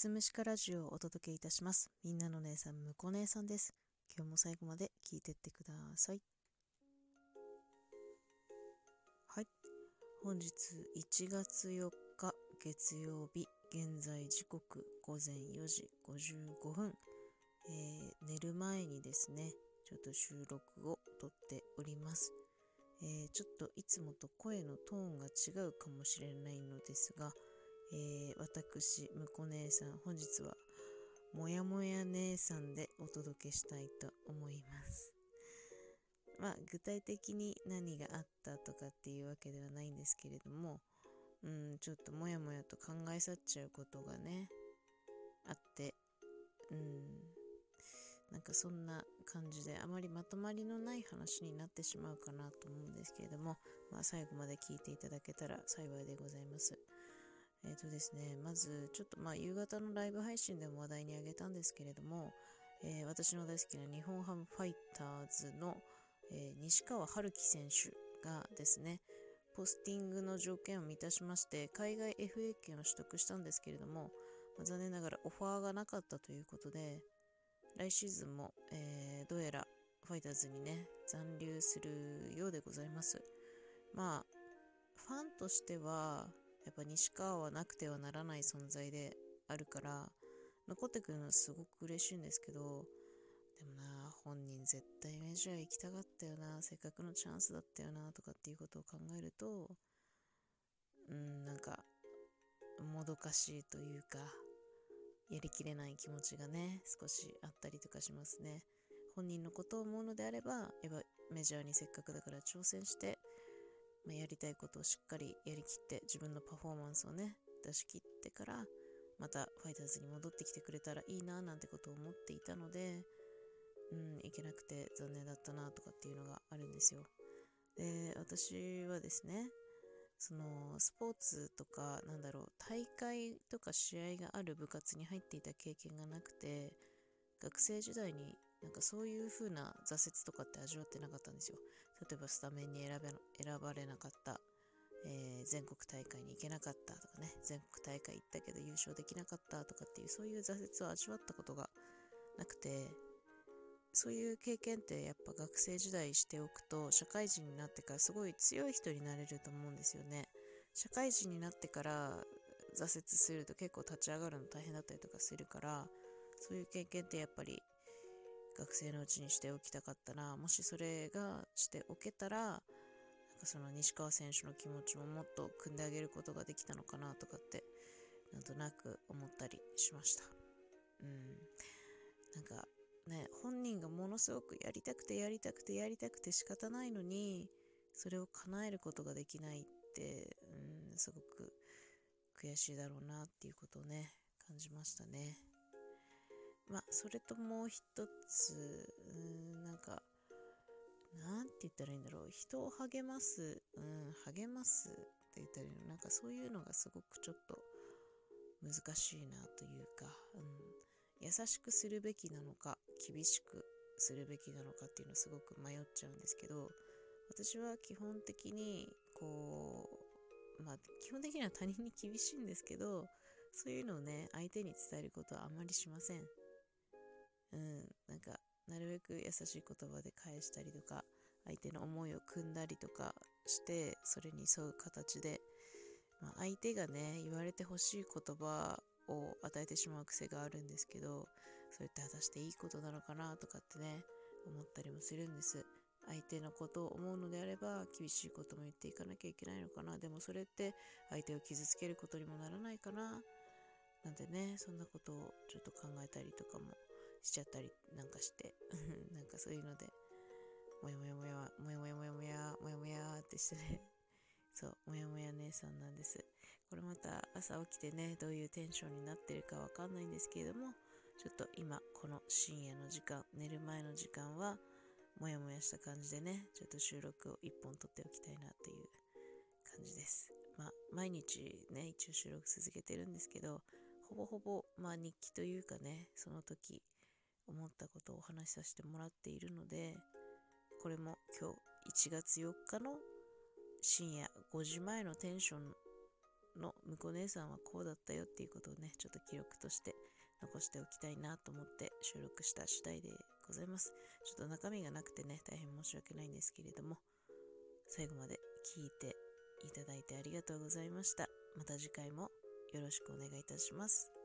すむしかラジオをお届けいたします。みんなの姉さん、むこ姉さんです。今日も最後まで聞いてってください。はい。本日1月4日月曜日、現在時刻午前4時55分。寝る前にですね、ちょっと収録をとっております。ちょっといつもと声のトーンが違うかもしれないのですが、私、むこ姉さん、本日はもやもや姉さんでお届けしたいと思います。具体的に何があったとかっていうわけではないんですけれども、ちょっともやもやと考え去っちゃうことがね、あって、なんかそんな感じであまりまとまりのない話になってしまうかなと思うんですけれども、最後まで聞いていただけたら幸いでございます。ですね、まずちょっと夕方のライブ配信でも話題に挙げたんですけれども、私の大好きな日本ハムファイターズの、西川春樹選手がですね、ポスティングの条件を満たしまして海外 FA 権を取得したんですけれども、残念ながらオファーがなかったということで、来シーズンも、どうやらファイターズにね残留するようでございます。ファンとしてはやっぱ西川はなくてはならない存在であるから残ってくるのはすごく嬉しいんですけど、でもな、本人絶対メジャー行きたかったよな、せっかくのチャンスだったよなとかっていうことを考えると、なんかもどかしいというか、やりきれない気持ちがね少しあったりとかしますね。本人のことを思うのであれば、やっぱメジャーにせっかくだから挑戦して、やりたいことをしっかりやりきって自分のパフォーマンスをね出し切ってからまたファイターズに戻ってきてくれたらいいななんてことを思っていたので、いけなくて残念だったなとかっていうのがあるんですよ。で、私はですね、そのスポーツとか大会とか試合がある部活に入っていた経験がなくて、学生時代になんかそういう風な挫折とかって味わってなかったんですよ。例えばスタメンに選ばれなかった、全国大会に行けなかったとかね、全国大会行ったけど優勝できなかったとかっていう、そういう挫折を味わったことがなくて、そういう経験ってやっぱ学生時代しておくと社会人になってからすごい強い人になれると思うんですよね。社会人になってから挫折すると結構立ち上がるの大変だったりとかするから、そういう経験ってやっぱり学生のうちにしておきたかったな。もしそれがしておけたら、なんかその西川選手の気持ちももっと汲んであげることができたのかなとかってなんとなく思ったりしました。なんかね、本人がものすごくやりたくてやりたくてやりたくて仕方ないのに、それを叶えることができないって、すごく悔しいだろうなっていうことをね、感じましたね。それともう一つ、なんて言ったらいいんだろう、人を励ます、励ますって言ったらいいの、なんかそういうのがすごくちょっと難しいなというか、優しくするべきなのか厳しくするべきなのかっていうのをすごく迷っちゃうんですけど、私は基本的に基本的には他人に厳しいんですけど、そういうのをね相手に伝えることはあまりしません。なんかなるべく優しい言葉で返したりとか、相手の思いを汲んだりとかして、それに沿う形で、相手がね言われてほしい言葉を与えてしまう癖があるんですけど、それって果たしていいことなのかなとかってね思ったりもするんです。相手のことを思うのであれば厳しいことも言っていかなきゃいけないのかな、でもそれって相手を傷つけることにもならないかななんてね、そんなことをちょっと考えたりとかもしちゃったりなんかしてなんかそういうのでもやもやもやもやもやもやもやもやもやってしてねそう、もやもや姉さんなんです。これまた朝起きてねどういうテンションになってるかわかんないんですけれども、ちょっと今この深夜の時間、寝る前の時間はもやもやした感じでね、ちょっと収録を一本撮っておきたいなっていう感じです。毎日ね一応収録続けてるんですけど、ほぼほぼ日記というかね、その時思ったことをお話しさせてもらっているので、これも今日1月4日の深夜5時前のテンションのむこ姉さんはこうだったよっていうことをね、ちょっと記録として残しておきたいなと思って収録した次第でございます。ちょっと中身がなくてね、大変申し訳ないんですけれども、最後まで聞いていただいてありがとうございました。また次回もよろしくお願いいたします。